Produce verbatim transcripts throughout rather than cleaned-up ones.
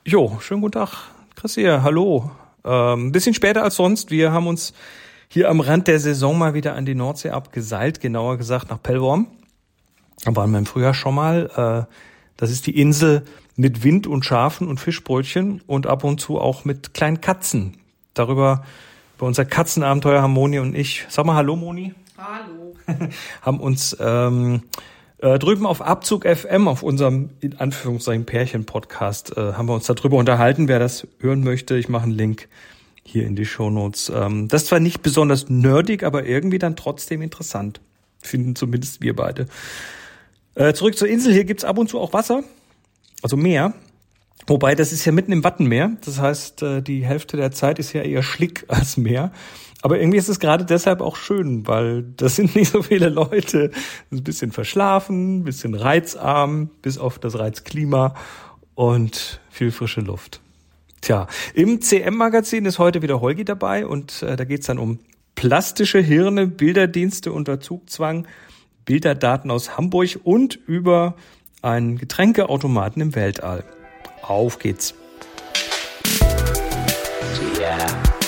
Jo, schönen guten Tag. Chris hier, hallo. Ähm, ein bisschen später als sonst. Wir haben uns hier am Rand der Saison mal wieder an die Nordsee abgeseilt, genauer gesagt nach Pellworm. Da waren wir im Frühjahr schon mal. Äh, das ist die Insel mit Wind und Schafen und Fischbrötchen und ab und zu auch mit kleinen Katzen. Darüber, über unser Katzenabenteuer haben Moni und ich, sag mal Hallo Moni. Hallo. haben uns ähm, äh, drüben auf Abzug F M, auf unserem in Anführungszeichen Pärchen-Podcast, äh, haben wir uns darüber unterhalten. Wer das hören möchte, ich mache einen Link hier in die Shownotes. Ähm, das ist zwar nicht besonders nerdig, aber irgendwie dann trotzdem interessant. Finden zumindest wir beide. Äh, zurück zur Insel. Hier gibt's ab und zu auch Wasser, also Meer. Wobei, das ist ja mitten im Wattenmeer. Das heißt, äh, die Hälfte der Zeit ist ja eher Schlick als Meer. Aber irgendwie ist es gerade deshalb auch schön, weil das sind nicht so viele Leute. Das ist ein bisschen verschlafen, ein bisschen reizarm, bis auf das Reizklima und viel frische Luft. Tja, im C M-Magazin ist heute wieder Holgi dabei und äh, da geht's dann um plastische Hirne, Bilderdienste unter Zugzwang, Bilderdaten aus Hamburg und über einen Getränkeautomaten im Weltall. Auf geht's. Yeah.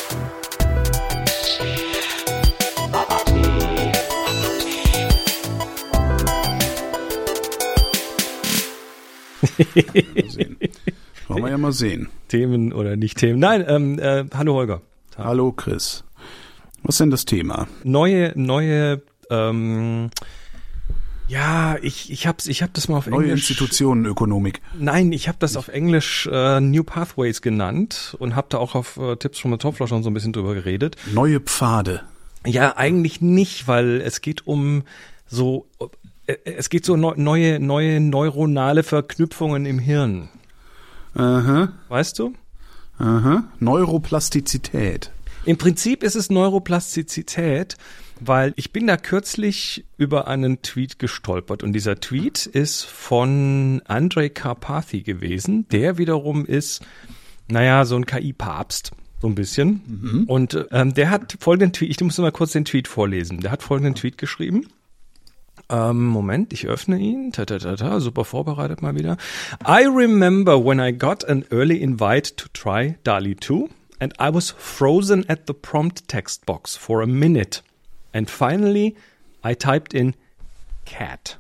Mal sehen. Wollen wir ja mal sehen. Themen oder nicht Themen. Nein, ähm, äh, hallo Holger. Tag. Hallo Chris. Was ist denn das Thema? Neue, neue, ähm, ja, ich, ich hab's, ich hab das mal auf Neue Englisch. Institutionenökonomik. Nein, ich habe das auf Englisch äh, New Pathways genannt und habe da auch auf äh, Tipps from the Topfloor schon so ein bisschen drüber geredet. Neue Pfade. Ja, eigentlich nicht, weil es geht um so, äh, es geht so neu, neue, neue neuronale Verknüpfungen im Hirn. Aha. Weißt du? Aha. Neuroplastizität. Im Prinzip ist es Neuroplastizität, weil ich bin da kürzlich über einen Tweet gestolpert und dieser Tweet ist von Andrej Karpathy gewesen, der wiederum ist, naja, so ein K I-Papst, so ein bisschen. Mhm. Und ähm, der hat folgenden Tweet, ich muss mal kurz den Tweet vorlesen, der hat folgenden Tweet geschrieben. Ähm, Moment, ich öffne ihn. Ta, ta, ta, ta, super vorbereitet mal wieder. I remember when I got an early invite to try DALL-E two and I was frozen at the prompt text box for a minute. And finally I typed in cat.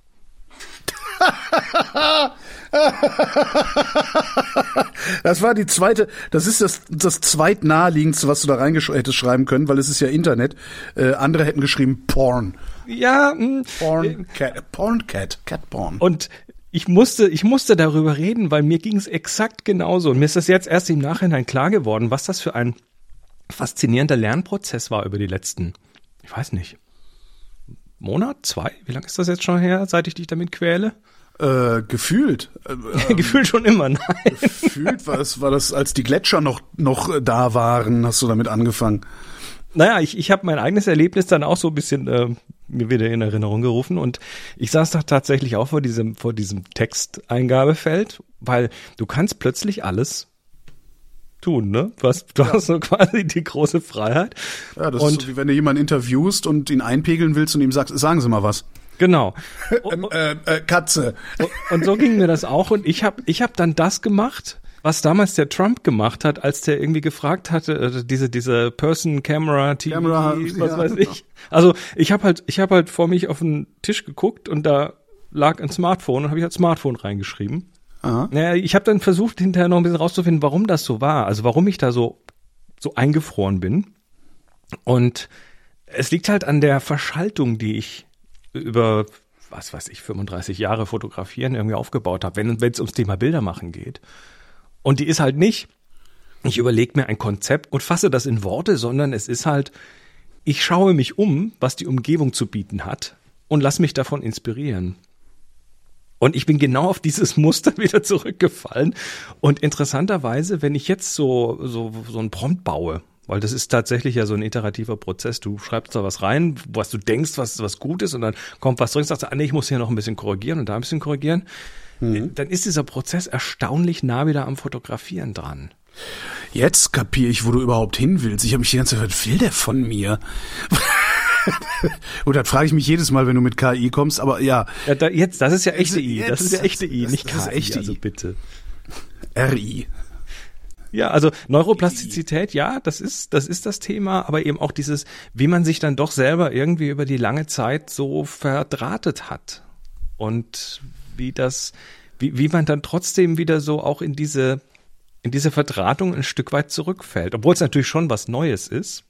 Das war die zweite, das ist das, das zweitnaheliegendste, was du da reingesch- hättest schreiben können, weil es ist ja Internet. Äh, andere hätten geschrieben Porn. Ja, mh, Porn Cat, Porn Cat, Cat Porn. Und ich musste, ich musste darüber reden, weil mir ging es exakt genauso. Und mir ist das jetzt erst im Nachhinein klar geworden, was das für ein faszinierender Lernprozess war über die letzten, ich weiß nicht, Monat, zwei? Wie lange ist das jetzt schon her, seit ich dich damit quäle? Äh, gefühlt. Äh, gefühlt schon immer, nein. Gefühlt war das, war das, als die Gletscher noch, noch da waren, hast du damit angefangen. Naja, ich, ich habe mein eigenes Erlebnis dann auch so ein bisschen äh, mir wieder in Erinnerung gerufen und ich saß da tatsächlich auch vor diesem, vor diesem Texteingabefeld, weil du kannst plötzlich alles tun, ne? Was, du ja. hast so quasi die große Freiheit. Ja, das und ist so, wie wenn du jemanden interviewst und ihn einpegeln willst und ihm sagst, sagen Sie mal was. Genau. ähm, äh, äh, Katze. Und, und so ging mir das auch und ich habe ich hab dann das gemacht, was damals der Trump gemacht hat, als der irgendwie gefragt hatte, äh, diese diese Person Camera T V, Camera, was ja. weiß ich. Also ich habe halt ich habe halt vor mich auf den Tisch geguckt und da lag ein Smartphone und habe ich halt Smartphone reingeschrieben. Aha. Naja, ich habe dann versucht hinterher noch ein bisschen rauszufinden, warum das so war, also warum ich da so so eingefroren bin. Und es liegt halt an der Verschaltung, die ich über, was weiß ich, fünfunddreißig Jahre Fotografieren irgendwie aufgebaut habe, wenn es ums Thema Bilder machen geht. Und die ist halt nicht, ich überlege mir ein Konzept und fasse das in Worte, sondern es ist halt, ich schaue mich um, was die Umgebung zu bieten hat und lass mich davon inspirieren. Und ich bin genau auf dieses Muster wieder zurückgefallen. Und interessanterweise, wenn ich jetzt so, so, so ein Prompt baue, weil das ist tatsächlich ja so ein iterativer Prozess. Du schreibst da was rein, was du denkst, was, was gut ist und dann kommt was zurück und sagst, ah nee, ich muss hier noch ein bisschen korrigieren und da ein bisschen korrigieren. Mhm. Dann ist dieser Prozess erstaunlich nah wieder am Fotografieren dran. Jetzt kapiere ich, wo du überhaupt hin willst. Ich habe mich die ganze Zeit, was will der von mir? Und das frage ich mich jedes Mal, wenn du mit K I kommst, aber ja. ja da, jetzt, das ist ja echte I. Jetzt, das ist ja echte I, das, nicht das K I, ist echte also I. bitte. R I. Ja, also Neuroplastizität, ja, das ist, das ist das Thema, aber eben auch dieses, wie man sich dann doch selber irgendwie über die lange Zeit so verdrahtet hat und wie das, wie, wie man dann trotzdem wieder so auch in diese, in diese Verdrahtung ein Stück weit zurückfällt, obwohl es natürlich schon was Neues ist.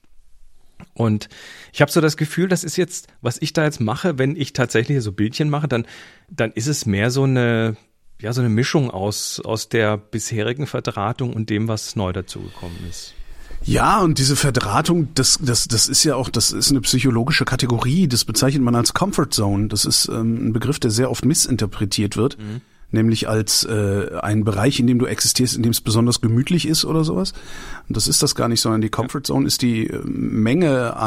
Und ich habe so das Gefühl, das ist jetzt, was ich da jetzt mache, wenn ich tatsächlich so Bildchen mache, dann, dann ist es mehr so eine, ja, so eine Mischung aus, aus der bisherigen Verdrahtung und dem, was neu dazugekommen ist. Ja, und diese Verdrahtung, das, das, das ist ja auch, das ist eine psychologische Kategorie, das bezeichnet man als Comfort Zone. Das ist ähm, ein Begriff, der sehr oft missinterpretiert wird. Mhm. Nämlich als äh, ein Bereich, in dem du existierst, in dem es besonders gemütlich ist oder sowas. Und das ist das gar nicht, sondern die Comfort Zone ist die äh, Menge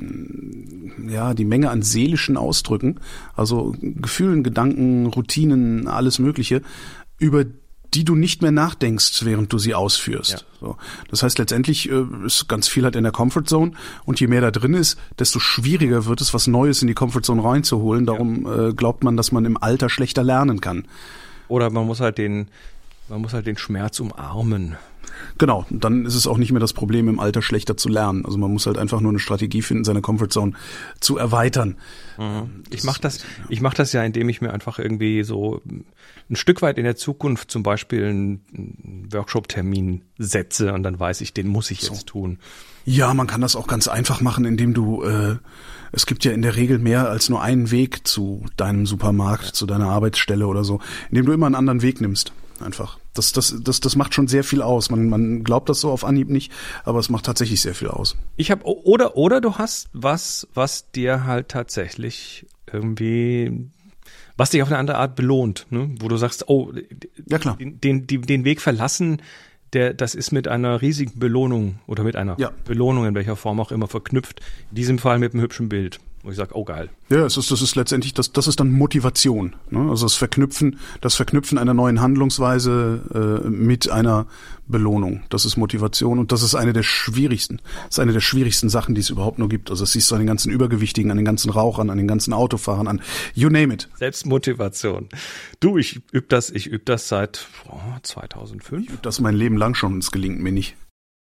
an, ja, die Menge an seelischen Ausdrücken, also Gefühlen, Gedanken, Routinen, alles Mögliche, über die du nicht mehr nachdenkst, während du sie ausführst. Ja. So. Das heißt, letztendlich äh, ist ganz viel halt in der Comfort Zone und je mehr da drin ist, desto schwieriger wird es, was Neues in die Comfort Zone reinzuholen. Darum ja. äh, glaubt man, dass man im Alter schlechter lernen kann. Oder man muss halt den, man muss halt den Schmerz umarmen. Genau, dann ist es auch nicht mehr das Problem, im Alter schlechter zu lernen. Also man muss halt einfach nur eine Strategie finden, seine Comfortzone zu erweitern. Mhm. Ich mache das, ich mache das ja, indem ich mir einfach irgendwie so ein Stück weit in der Zukunft zum Beispiel einen Workshop-Termin setze und dann weiß ich, den muss ich jetzt so tun. Ja, man kann das auch ganz einfach machen, indem du, äh, es gibt ja in der Regel mehr als nur einen Weg zu deinem Supermarkt, ja. zu deiner Arbeitsstelle oder so, indem du immer einen anderen Weg nimmst. Einfach. Das, das, das, das macht schon sehr viel aus. Man, man glaubt das so auf Anhieb nicht, aber es macht tatsächlich sehr viel aus. Ich habe oder oder du hast was, was dir halt tatsächlich irgendwie, was dich auf eine andere Art belohnt, ne? Wo du sagst, oh, ja klar, den, den, den Weg verlassen, der, das ist mit einer riesigen Belohnung oder mit einer ja. Belohnung in welcher Form auch immer verknüpft. In diesem Fall mit einem hübschen Bild. Wo ich sage, oh geil. Ja, es ist, das ist letztendlich, das, das ist dann Motivation. Ne? Also das Verknüpfen, das Verknüpfen einer neuen Handlungsweise äh, mit einer Belohnung. Das ist Motivation und das ist eine der schwierigsten, das ist eine der schwierigsten Sachen, die es überhaupt nur gibt. Also das siehst du an den ganzen Übergewichtigen, an den ganzen Rauchern, an den ganzen Autofahrern, an you name it. Selbstmotivation. Du, ich übe das, ich übe das seit oh, zweitausendfünf. Ich übe das mein Leben lang schon und es gelingt mir nicht.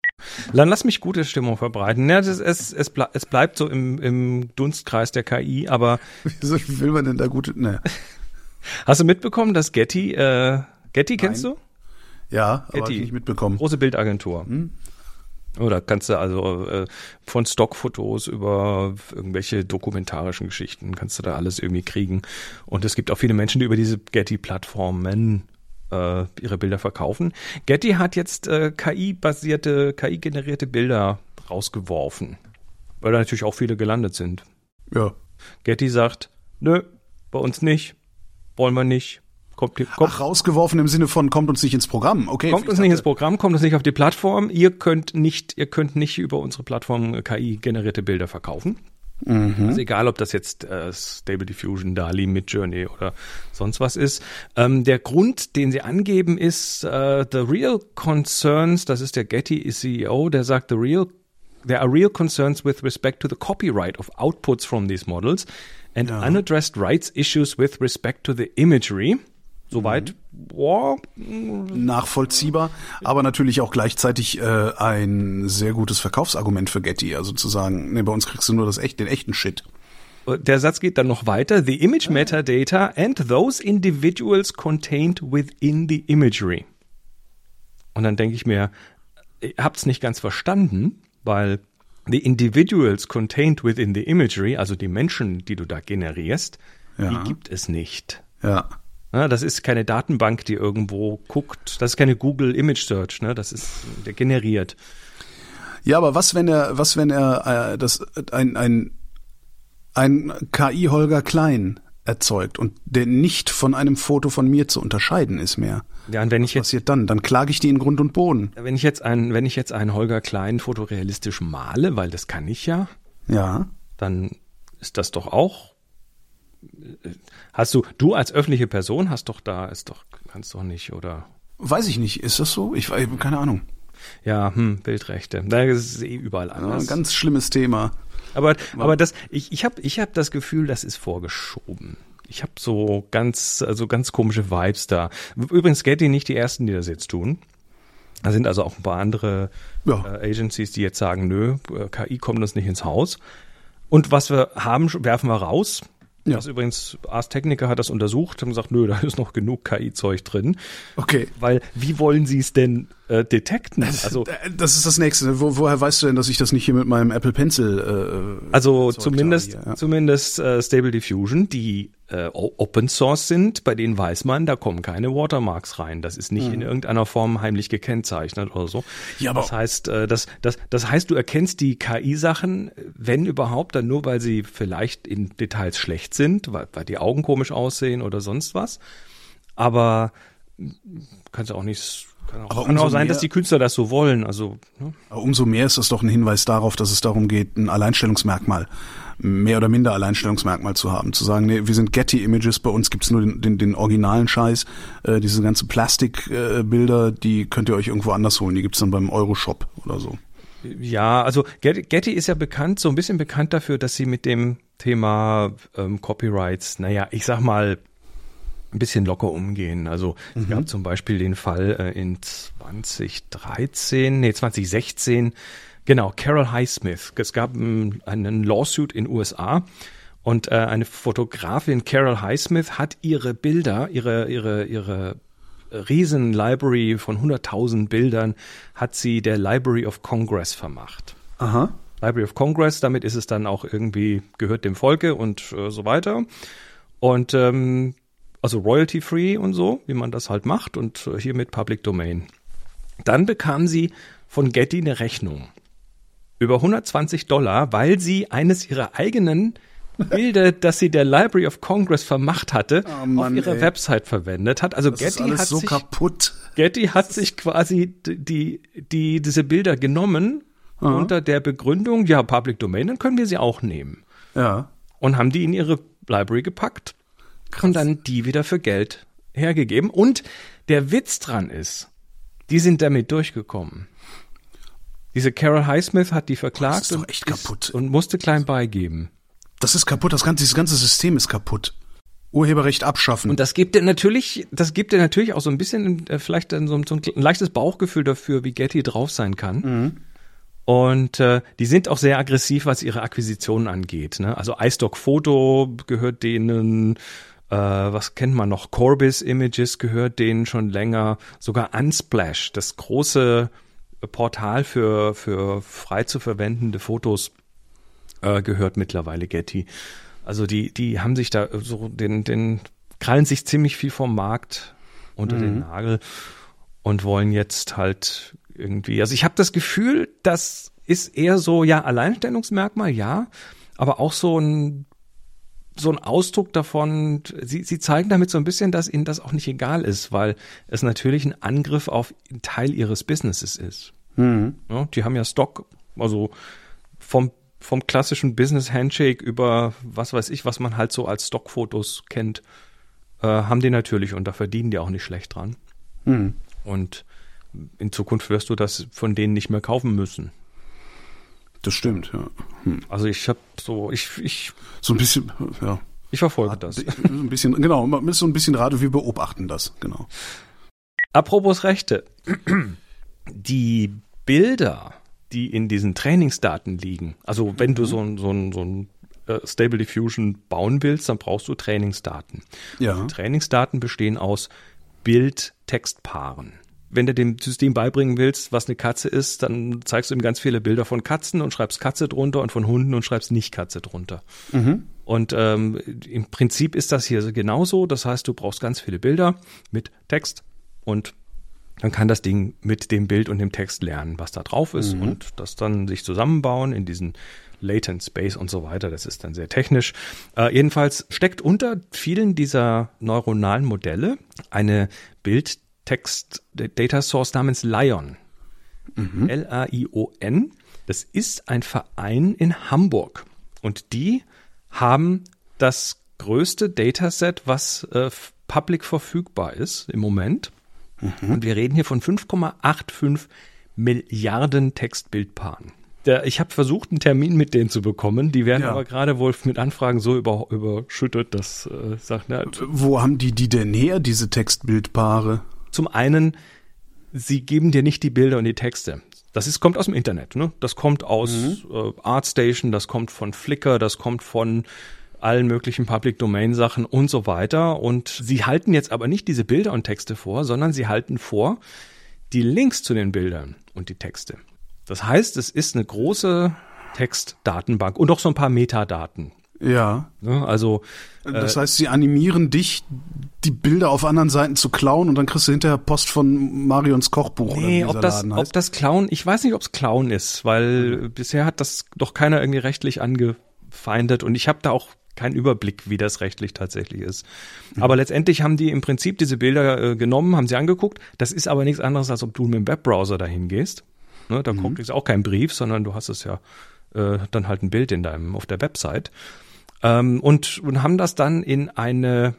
Dann lass mich gute Stimmung verbreiten. Ja, das, es, es, ble- es bleibt so im, im Dunstkreis der K I, aber... Wieso will man denn da gute... Naja. Hast du mitbekommen, dass Getty... Äh, Getty kennst Nein. du? Ja, aber Getty, hab ich nicht mitbekommen. Große Bildagentur. Hm? Oder kannst du also äh, von Stockfotos über irgendwelche dokumentarischen Geschichten, kannst du da alles irgendwie kriegen. Und es gibt auch viele Menschen, die über diese Getty-Plattformen ihre Bilder verkaufen. Getty hat jetzt äh, K I-basierte, K I-generierte Bilder rausgeworfen, weil da natürlich auch viele gelandet sind. Ja. Getty sagt, nö, bei uns nicht, wollen wir nicht. Kommt, kommt, Ach, rausgeworfen im Sinne von, kommt uns nicht ins Programm. Okay. Kommt uns nicht ins Programm, kommt uns nicht auf die Plattform. Ihr könnt nicht, ihr könnt nicht über unsere Plattform K I-generierte Bilder verkaufen. Mhm. Also egal, ob das jetzt äh, Stable Diffusion, DALL-E, Midjourney oder sonst was ist. Ähm, der Grund, den sie angeben, ist äh, the real concerns, das ist der Getty C E O, der sagt, the real, there are real concerns with respect to the copyright of outputs from these models and ja. unaddressed rights issues with respect to the imagery. Soweit boah. nachvollziehbar, aber natürlich auch gleichzeitig äh, ein sehr gutes Verkaufsargument für Getty, also zu sagen, nee, bei uns kriegst du nur das echt, den echten Shit. Der Satz geht dann noch weiter. The image metadata and those individuals contained within the imagery. Und dann denke ich mir, ihr habt's nicht ganz verstanden, weil the individuals contained within the imagery, also die Menschen, die du da generierst, ja. die gibt es nicht. Ja. Ja, das ist keine Datenbank, die irgendwo guckt. Das ist keine Google Image Search, ne? Das ist der generiert. Ja, aber was, wenn er, was, wenn er äh, das ein ein ein K I Holger Klein erzeugt und der nicht von einem Foto von mir zu unterscheiden ist mehr? Ja, und wenn was ich jetzt passiert dann? Dann klage ich die in Grund und Boden. Wenn ich jetzt ein, wenn ich jetzt einen Holger Klein fotorealistisch male, weil das kann ich ja. Ja. Dann ist das doch auch. Hast du, du als öffentliche Person hast doch da, ist doch, kannst doch nicht, oder? Weiß ich nicht, ist das so? Ich habe keine Ahnung. Ja, hm, Bildrechte. Da ist es eh überall anders. Ja, ganz schlimmes Thema. Aber, aber das, ich, ich habe, ich habe das Gefühl, das ist vorgeschoben. Ich habe so ganz, also ganz komische Vibes da. Übrigens Getty nicht die ersten, die das jetzt tun. Da sind also auch ein paar andere ja. äh, Agencies, die jetzt sagen, nö, K I kommt uns nicht ins Haus. Und was wir haben, werfen wir raus. Ja. Das übrigens, Ars Technica hat das untersucht, haben gesagt, nö, da ist noch genug K I-Zeug drin. Okay. Weil, wie wollen sie es denn äh, detekten? Also, das ist das Nächste. Wo, woher weißt du denn, dass ich das nicht hier mit meinem Apple Pencil äh, Also zumindest, hier, ja. zumindest äh, Stable Diffusion, die äh, Open Source sind, bei denen weiß man, da kommen keine Watermarks rein. Das ist nicht mhm. in irgendeiner Form heimlich gekennzeichnet oder so. Ja, aber das heißt, äh, das, das, das heißt, du erkennst die K I-Sachen, wenn überhaupt, dann nur, weil sie vielleicht in Details schlecht sind, weil, weil die Augen komisch aussehen oder sonst was. Aber kannst du auch nicht. Kann auch, kann auch sein, mehr, dass die Künstler das so wollen. Also, ne? Aber umso mehr ist das doch ein Hinweis darauf, dass es darum geht, ein Alleinstellungsmerkmal, mehr oder minder Alleinstellungsmerkmal zu haben. Zu sagen, nee, wir sind Getty Images, bei uns gibt's nur den, den, den originalen Scheiß. Äh, diese ganzen Plastikbilder, äh, die könnt ihr euch irgendwo anders holen. Die gibt's dann beim Euroshop oder so. Ja, also Getty ist ja bekannt, so ein bisschen bekannt dafür, dass sie mit dem Thema ähm, Copyrights, naja, ich sag mal, ein bisschen locker umgehen. Also mhm. es gab zum Beispiel den Fall äh, in zwanzig dreizehn, nee zwanzig sechzehn, genau, Carol Highsmith. Es gab m, einen Lawsuit in U S A und äh, eine Fotografin, Carol Highsmith, hat ihre Bilder, ihre ihre ihre riesen Library von hunderttausend Bildern, hat sie der Library of Congress vermacht. Aha. Library of Congress, damit ist es dann auch irgendwie, gehört dem Volke und äh, so weiter. Und ähm, also royalty-free und so, wie man das halt macht und hier mit Public Domain. Dann bekam sie von Getty eine Rechnung über hundertzwanzig Dollar, weil sie eines ihrer eigenen Bilder, das sie der Library of Congress vermacht hatte, oh Mann, auf ihrer ey. Website verwendet hat. Also das Getty ist alles hat so sich kaputt. Getty hat sich quasi die die diese Bilder genommen Aha. unter der Begründung, ja, Public Domain, dann können wir sie auch nehmen. Ja. Und haben die in ihre Library gepackt. Krass. Und dann die wieder für Geld hergegeben. Und der Witz dran ist, die sind damit durchgekommen. Diese Carol Highsmith hat die verklagt das ist doch echt und, kaputt. Ist, und musste klein beigeben. Das ist kaputt, das ganze, dieses ganze System ist kaputt. Urheberrecht abschaffen. Und das gibt dir natürlich, das gibt dir natürlich auch so ein bisschen, äh, vielleicht dann so, so ein, ein leichtes Bauchgefühl dafür, wie Getty drauf sein kann. Mhm. Und äh, die sind auch sehr aggressiv, was ihre Akquisitionen angeht. Ne? Also iStock Photo gehört denen, äh, was kennt man noch? Corbis Images gehört denen schon länger. Sogar Unsplash, das große Portal für für frei zu verwendende Fotos, äh, gehört mittlerweile Getty. Also die die haben sich da so den den krallen sich ziemlich viel vom Markt unter mhm. den Nagel und wollen jetzt halt irgendwie, also ich habe das Gefühl, das ist eher so, ja, Alleinstellungsmerkmal, ja, aber auch so ein so ein Ausdruck davon, sie, sie zeigen damit so ein bisschen, dass ihnen das auch nicht egal ist, weil es natürlich ein Angriff auf einen Teil ihres Businesses ist. Mhm. Ja, die haben ja Stock, also vom vom klassischen Business Handshake über was weiß ich, was man halt so als Stockfotos kennt, äh, haben die natürlich und da verdienen die auch nicht schlecht dran. Mhm. Und in Zukunft wirst du das von denen nicht mehr kaufen müssen. Das stimmt, ja. Hm. Also ich habe so, ich, ich. So ein bisschen, ja. Ich verfolge das. Ein bisschen, genau, man ist so ein bisschen Radio, wir beobachten das, genau. Apropos Rechte. Die Bilder, die in diesen Trainingsdaten liegen, also wenn mhm. du so ein, so ein, so ein uh, Stable Diffusion bauen willst, dann brauchst du Trainingsdaten. Ja. Die Trainingsdaten bestehen aus Bild-Text-Paaren. Wenn du dem System beibringen willst, was eine Katze ist, dann zeigst du ihm ganz viele Bilder von Katzen und schreibst Katze drunter und von Hunden und schreibst nicht Katze drunter. Mhm. Und ähm, im Prinzip ist das hier genauso. Das heißt, du brauchst ganz viele Bilder mit Text und dann kann das Ding mit dem Bild und dem Text lernen, was da drauf ist mhm. und das dann sich zusammenbauen in diesen Latent Space und so weiter. Das ist dann sehr technisch. Äh, jedenfalls steckt unter vielen dieser neuronalen Modelle eine Bild Text Data Source namens Lion. Mhm. L A I O N. Das ist ein Verein in Hamburg. Und die haben das größte Dataset, was äh, public verfügbar ist im Moment. Mhm. Und wir reden hier von fünf Komma fünfundachtzig Milliarden Textbildpaaren. Der, ich habe versucht, einen Termin mit denen zu bekommen. Die werden ja. aber gerade wohl mit Anfragen so über, überschüttet, dass äh, sagt, na, wo haben die die denn her, diese Textbildpaare? Zum einen sie geben dir nicht die Bilder und die Texte. Das ist, kommt aus dem Internet, ne? Das kommt aus Mhm. äh, ArtStation, das kommt von Flickr, das kommt von allen möglichen Public-Domain-Sachen und so weiter. Und sie halten jetzt aber nicht diese Bilder und Texte vor, sondern sie halten vor die Links zu den Bildern und die Texte. Das heißt, es ist eine große Textdatenbank und auch so ein paar Metadaten. Ja. Ne? Also Das heißt, sie animieren dich, die Bilder auf anderen Seiten zu klauen und dann kriegst du hinterher Post von Marions Kochbuch. Nee, oder wie ob das, Laden ob heißt. das Clown, ich weiß nicht, ob es Clown ist, weil mhm. bisher hat das doch keiner irgendwie rechtlich angefeindet und ich habe da auch keinen Überblick, wie das rechtlich tatsächlich ist. Mhm. Aber letztendlich haben die im Prinzip diese Bilder äh, genommen, haben sie angeguckt. Das ist aber nichts anderes, als ob du mit dem Webbrowser dahin gehst. Ne, da mhm. kommt jetzt auch kein Brief, sondern du hast es ja äh, dann halt ein Bild in deinem auf der Website. Ähm, und, und haben das dann in eine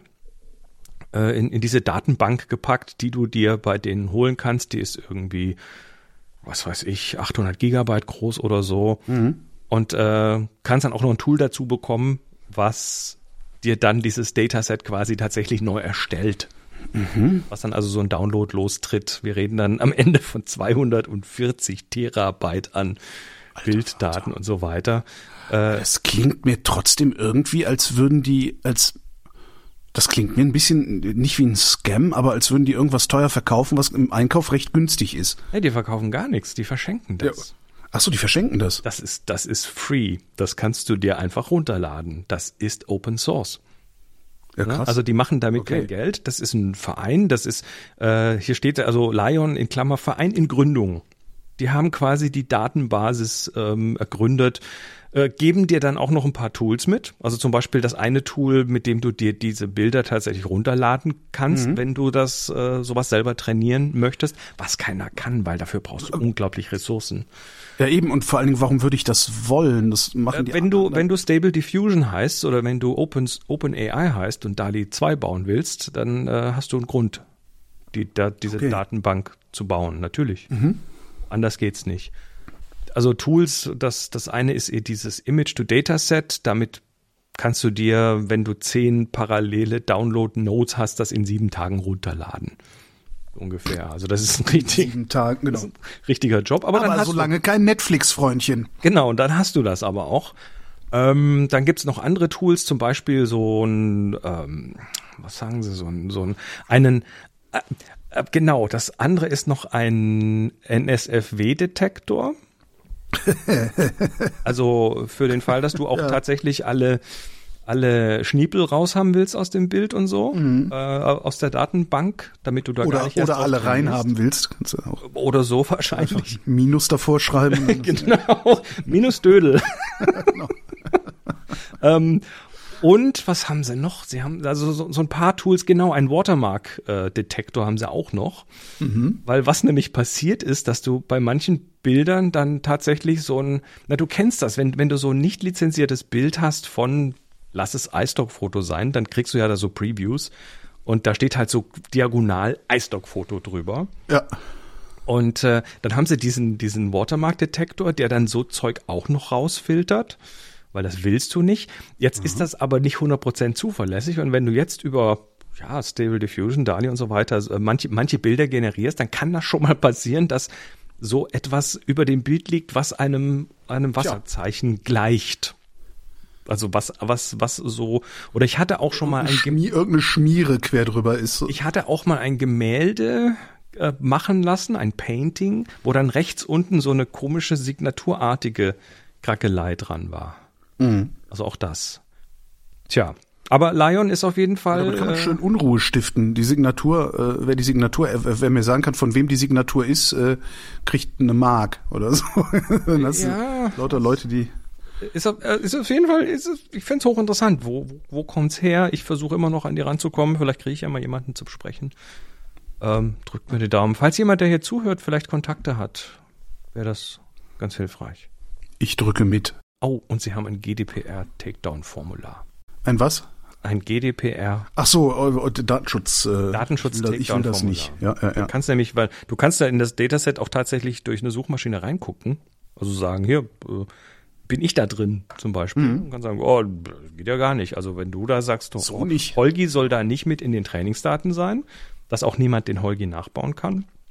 äh, in, in diese Datenbank gepackt, die du dir bei denen holen kannst. Die ist irgendwie, was weiß ich, achthundert Gigabyte groß oder so. Mhm. Und äh, kannst dann auch noch ein Tool dazu bekommen, was dir dann dieses Dataset quasi tatsächlich neu erstellt. Mhm. Was dann also so ein Download lostritt. Wir reden dann am Ende von zweihundertvierzig Terabyte an Alter, Bilddaten Alter. und so weiter. Es klingt mir trotzdem irgendwie, als würden die, als das klingt mir ein bisschen, nicht wie ein Scam, aber als würden die irgendwas teuer verkaufen, was im Einkauf recht günstig ist. Nee, die verkaufen gar nichts, die verschenken das. Ja. Ach so, die verschenken das? Das ist, das ist free. Das kannst du dir einfach runterladen. Das ist Open Source. Ja, krass. Also die machen damit okay. kein Geld. Das ist ein Verein, das ist, äh, hier steht also Lion in Klammer, Verein in Gründung. Die haben quasi die Datenbasis ähm, ergründet, äh, geben dir dann auch noch ein paar Tools mit. Also zum Beispiel das eine Tool, mit dem du dir diese Bilder tatsächlich runterladen kannst, mhm. wenn du das äh, sowas selber trainieren möchtest, was keiner kann, weil dafür brauchst du ähm, unglaublich Ressourcen. Ja eben, und vor allen Dingen, warum würde ich das wollen? Das machen die äh, wenn du wenn du Stable Diffusion heißt oder wenn du Open OpenAI heißt und DALL-E zwei bauen willst, dann äh, hast du einen Grund, die, da, diese okay. Datenbank zu bauen, natürlich. Mhm. Anders geht's nicht. Also Tools, das, das eine ist eh dieses Image-to-Dataset. Damit kannst du dir, wenn du zehn parallele Download-Nodes hast, das in sieben Tagen runterladen. Ungefähr. Also das ist ein, richtig, sieben Tage, genau. ein richtiger Job. Aber, aber dann hast so lange du, kein Netflix-Freundchen. Genau, und dann hast du das aber auch. Ähm, dann gibt's noch andere Tools, zum Beispiel so ein, ähm, was sagen sie, so ein, so ein, einen, äh, genau, das andere ist noch ein N S F W-Detektor. Also für den Fall, dass du auch ja. tatsächlich alle alle Schniepel raus haben willst aus dem Bild und so, mhm. äh, aus der Datenbank, damit du da oder, gar nicht erst Oder alle rein haben willst. Kannst du auch. Oder so wahrscheinlich. Minus davor schreiben. Genau, Minus Dödel. Genau. ähm, Und was haben sie noch? Sie haben also so, so ein paar Tools, genau, ein Watermark-Detektor haben sie auch noch. Mhm. Weil was nämlich passiert ist, dass du bei manchen Bildern dann tatsächlich so ein, na du kennst das, wenn, wenn du so ein nicht lizenziertes Bild hast von, lass es iStock-Foto sein, dann kriegst du ja da so Previews und da steht halt so diagonal iStock-Foto drüber. Ja. Und äh, dann haben sie diesen, diesen Watermark-Detektor, der dann so Zeug auch noch rausfiltert. Weil das willst du nicht. Jetzt mhm. ist das aber nicht hundert Prozent zuverlässig. Und wenn du jetzt über ja, Stable Diffusion, DALL-E und so weiter manche, manche Bilder generierst, dann kann das schon mal passieren, dass so etwas über dem Bild liegt, was einem, einem Wasserzeichen ja. gleicht. Also was, was, was so, oder ich hatte auch schon mal ein Schmier, irgendeine Schmiere quer drüber ist. Ich hatte auch mal ein Gemälde äh, machen lassen, ein Painting, wo dann rechts unten so eine komische signaturartige Krackelei dran war. Mhm. Also auch das. Tja, aber Lion ist auf jeden Fall. Ja, aber kann man äh, schön Unruhe stiften. Die Signatur, äh, wer die Signatur, äh, wer mir sagen kann, von wem die Signatur ist, äh, kriegt eine Mark oder so. Dann hast ja, du lauter Leute, die. Ist auf, ist auf jeden Fall, ist, ich find's hochinteressant. Wo, wo, wo kommt's her? Ich versuche immer noch an die ranzukommen. Vielleicht kriege ich ja mal jemanden zu sprechen. Ähm, drückt mir die Daumen. Falls jemand, der hier zuhört, vielleicht Kontakte hat, wäre das ganz hilfreich. Ich drücke mit. Oh, und sie haben ein G D P R-Takedown-Formular. Ein was? Ein G D P R. Ach so, Datenschutz. Äh, Datenschutz. Ich will, ich will das nicht. Ja, ja, ja. Du kannst nämlich, weil du kannst da in das Dataset auch tatsächlich durch eine Suchmaschine reingucken. Also sagen, hier äh, bin ich da drin zum Beispiel. Mhm. Und kannst sagen, oh, geht ja gar nicht. Also wenn du da sagst, so oh, nicht. Holgi soll da nicht mit in den Trainingsdaten sein, dass auch niemand den Holgi nachbauen kann,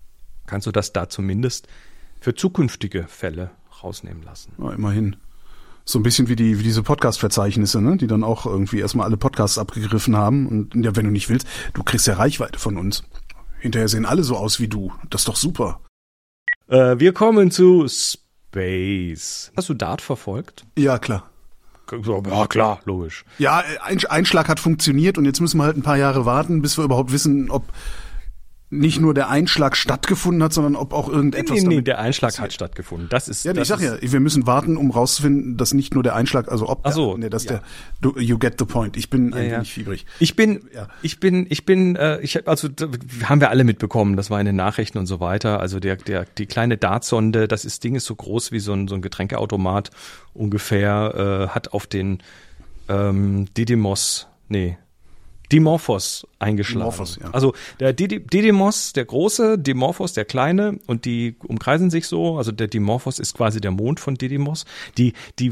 kannst du das da zumindest für zukünftige Fälle rausnehmen lassen. Ja, immerhin. So ein bisschen wie die wie diese Podcast-Verzeichnisse, ne, die dann auch irgendwie erstmal alle Podcasts abgegriffen haben. Und ja, wenn du nicht willst, du kriegst ja Reichweite von uns. Hinterher sehen alle so aus wie du. Das ist doch super. Äh, wir kommen zu Space. Hast du Dart verfolgt? Ja, klar. Ja, klar, logisch. Ja, ein Einschlag hat funktioniert und jetzt müssen wir halt ein paar Jahre warten, bis wir überhaupt wissen, ob nicht nur der Einschlag stattgefunden hat, sondern ob auch irgendetwas Nee, nee, nee, damit der Einschlag hat stattgefunden. Das ist Ja, das ich sag ist, ja, wir müssen warten, um rauszufinden, dass nicht nur der Einschlag, also ob Ach so, der, nee, dass ja. der du, you get the point. Ich bin Ja, ein ja. wenig fiebrig. Ich bin, Ja. ich bin, ich bin, äh, ich also da, haben wir alle mitbekommen. Das war in den Nachrichten und so weiter. Also der, der, die kleine Dartsonde, das ist Ding ist so groß wie so ein so ein Getränkeautomat ungefähr, äh, hat auf den ähm, Didymos, nee. Dimorphos eingeschlagen. Dimorphos, ja. Also der Didymos, der große, Dimorphos, der kleine, und die umkreisen sich so. Also der Dimorphos ist quasi der Mond von Didymos. Die die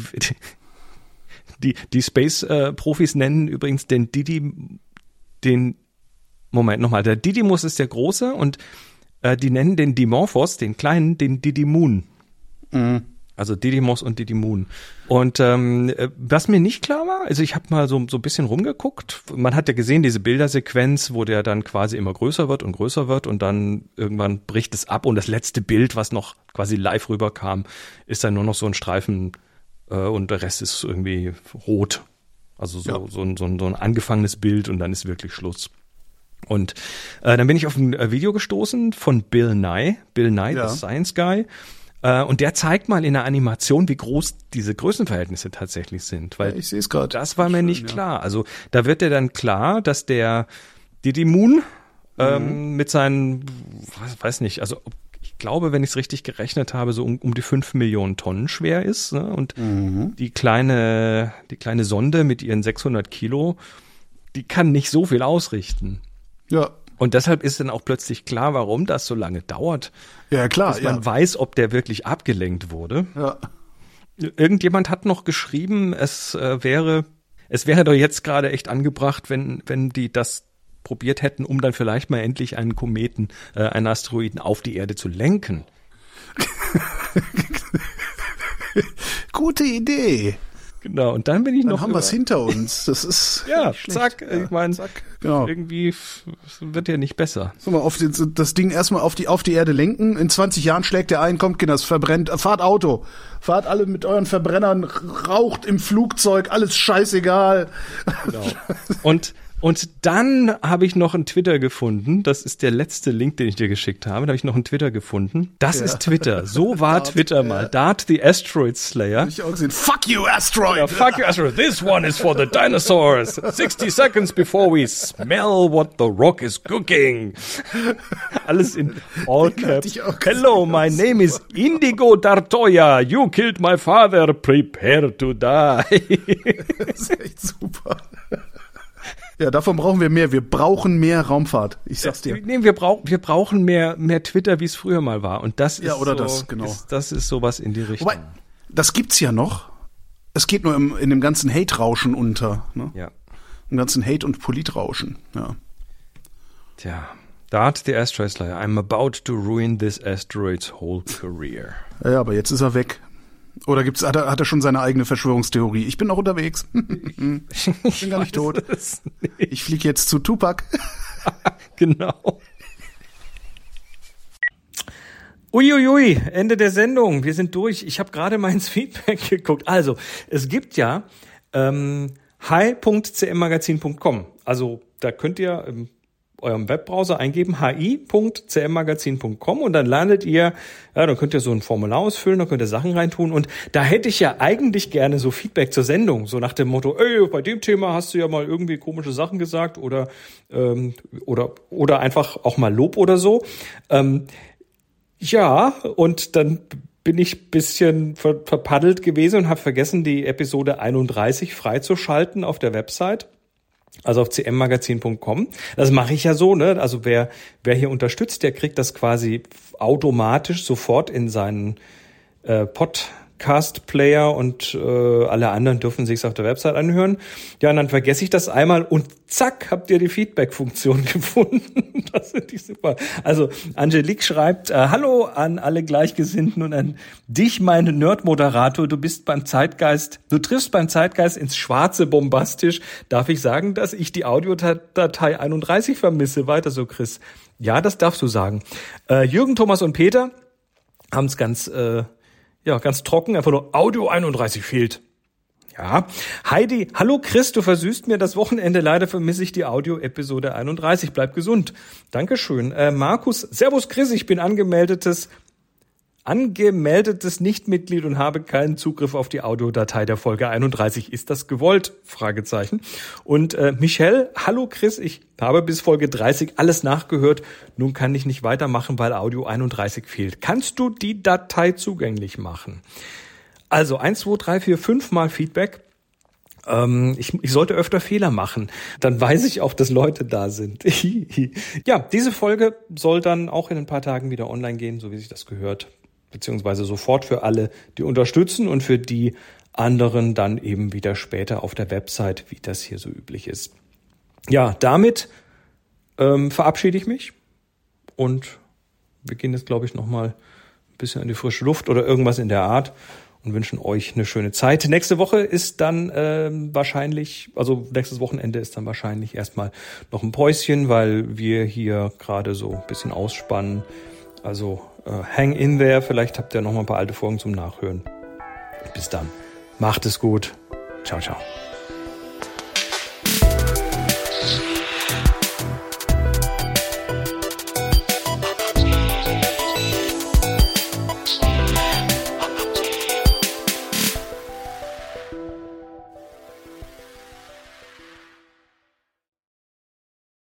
die die Space-Profis nennen übrigens den Didi, den Moment nochmal. Der Didymos ist der große und äh, die nennen den Dimorphos, den kleinen, den Didymoon. Mhm. Also Didymos und Didymoon. Und ähm, was mir nicht klar war, also ich habe mal so, so ein bisschen rumgeguckt. Man hat ja gesehen, diese Bildersequenz, wo der dann quasi immer größer wird und größer wird und dann irgendwann bricht es ab und das letzte Bild, was noch quasi live rüberkam, ist dann nur noch so ein Streifen äh, und der Rest ist irgendwie rot. Also so, Ja. so, ein, so, ein, so ein angefangenes Bild und dann ist wirklich Schluss. Und äh, dann bin ich auf ein äh, Video gestoßen von Bill Nye, Bill Nye, Ja. the Science Guy. Und der zeigt mal in der Animation, wie groß diese Größenverhältnisse tatsächlich sind. Weil Ja, ich sehe es gerade. das war mir Schön, nicht ja. klar. Also da wird ja dann klar, dass der Didymoon ähm, mit seinen, weiß, weiß nicht, also ich glaube, wenn ich es richtig gerechnet habe, so um, um die fünf Millionen Tonnen schwer ist. Ne? Und Mhm. die kleine, die kleine Sonde mit ihren sechshundert Kilo, die kann nicht so viel ausrichten. Ja. Und deshalb ist dann auch plötzlich klar, warum das so lange dauert, Ja, klar, bis man ja. weiß, ob der wirklich abgelenkt wurde. Ja. Irgendjemand hat noch geschrieben, es äh, wäre, es wäre doch jetzt gerade echt angebracht, wenn, wenn die das probiert hätten, um dann vielleicht mal endlich einen Kometen, äh, einen Asteroiden auf die Erde zu lenken. Gute Idee. Genau, und dann bin ich Dann noch haben wir es über- hinter uns. Das ist Ja, nicht schlecht. zack, ich meine, zack. Genau. irgendwie f- wird ja nicht besser. So mal auf die, das Ding erstmal auf die auf die Erde lenken. In zwanzig Jahren schlägt der ein, kommt Kinders, verbrennt, äh, fahrt Auto. Fahrt alle mit euren Verbrennern, raucht im Flugzeug, alles scheißegal. Genau. Und Und dann habe ich noch einen Twitter gefunden. Das ist der letzte Link, den ich dir geschickt habe. Da habe ich noch einen Twitter gefunden. Das Ja. ist Twitter. So war Dart, Twitter ja. mal. Dart the Asteroid Slayer. Hab ich auch gesehen. Fuck you, Asteroid! Ja, fuck you, Asteroid. This one is for the dinosaurs. sixty seconds before we smell what the rock is cooking. Alles in all Den hatte caps. ich auch gesehen. Hello, my name is Indigo Dartoya. You killed my father. Prepare to die. Das ist echt super. Ja, davon brauchen wir mehr. Wir brauchen mehr Raumfahrt. Ich sag's dir. Nee, wir, brauch, wir brauchen mehr, mehr Twitter, wie es früher mal war. Und das ist Ja, oder so, das, genau. Ist, das ist sowas in die Richtung. Wobei, das gibt's ja noch. Es geht nur im, in dem ganzen Hate-Rauschen unter. Ne? Ja. Im ganzen Hate- und Politrauschen. Ja. Tja. Dart the Asteroid Slayer. I'm about to ruin this asteroid's whole career. Ja, aber jetzt ist er weg. Oder gibt's, hat er, hat er schon seine eigene Verschwörungstheorie? Ich bin noch unterwegs. Ich bin gar nicht tot. Das nicht. Ich fliege jetzt zu Tupac. Genau. Uiuiui, Ende der Sendung. Wir sind durch. Ich habe gerade mal ins Feedback geguckt. Also, es gibt ja ähm, hi punkt c m magazin punkt com. Also, da könnt ihr im eurem Webbrowser eingeben hi punkt c m magazin punkt com und dann landet ihr, ja, dann könnt ihr so ein Formular ausfüllen, dann könnt ihr Sachen reintun und da hätte ich ja eigentlich gerne so Feedback zur Sendung, so nach dem Motto, ey, bei dem Thema hast du ja mal irgendwie komische Sachen gesagt oder ähm, oder oder einfach auch mal Lob oder so. Ähm, ja, und dann bin ich bisschen ver- verpaddelt gewesen und habe vergessen, die Episode einunddreißig freizuschalten auf der Website. Also auf c m magazin punkt com. Das mache ich ja so, ne? Also wer wer hier unterstützt, der kriegt das quasi automatisch sofort in seinen äh, Pod Podcast-Player und äh, alle anderen dürfen sich's auf der Website anhören. Ja, und dann vergesse ich das einmal und zack, habt ihr die Feedback-Funktion gefunden. Das finde ich super. Also Angelique schreibt, äh, hallo an alle Gleichgesinnten und an dich, meine Nerd-Moderator. Du bist beim Zeitgeist, du triffst beim Zeitgeist ins Schwarze bombastisch. Darf ich sagen, dass ich die Audiodatei einunddreißig vermisse? Weiter so, Chris. Ja, das darfst du sagen. Äh, Jürgen, Thomas und Peter haben es ganz, äh, ja, ganz trocken, einfach nur Audio einunddreißig fehlt. Ja. Heidi, hallo Chris, du versüßt mir das Wochenende. Leider vermisse ich die Audio-Episode einunddreißig. Bleib gesund. Dankeschön. Äh, Markus, servus Chris, ich bin angemeldetes angemeldetes Nichtmitglied und habe keinen Zugriff auf die Audiodatei der Folge einunddreißig. Ist das gewollt? Fragezeichen. Und äh, Michelle, hallo Chris, ich habe bis Folge dreißig alles nachgehört. Nun kann ich nicht weitermachen, weil Audio einunddreißig fehlt. Kannst du die Datei zugänglich machen? Also eins, zwei, drei, vier, fünf Mal Feedback. Ähm, ich, ich sollte öfter Fehler machen. Dann weiß ich auch, dass Leute da sind. Ja, diese Folge soll dann auch in ein paar Tagen wieder online gehen, so wie sich das gehört. Beziehungsweise sofort für alle, die unterstützen und für die anderen dann eben wieder später auf der Website, wie das hier so üblich ist. Ja, damit ähm, verabschiede ich mich und wir gehen jetzt, glaube ich, nochmal ein bisschen in die frische Luft oder irgendwas in der Art und wünschen euch eine schöne Zeit. Nächste Woche ist dann ähm, wahrscheinlich, also nächstes Wochenende ist dann wahrscheinlich erstmal noch ein Päuschen, weil wir hier gerade so ein bisschen ausspannen. Also uh, hang in there, vielleicht habt ihr noch mal ein paar alte Folgen zum Nachhören. Bis dann. Macht es gut. Ciao, ciao.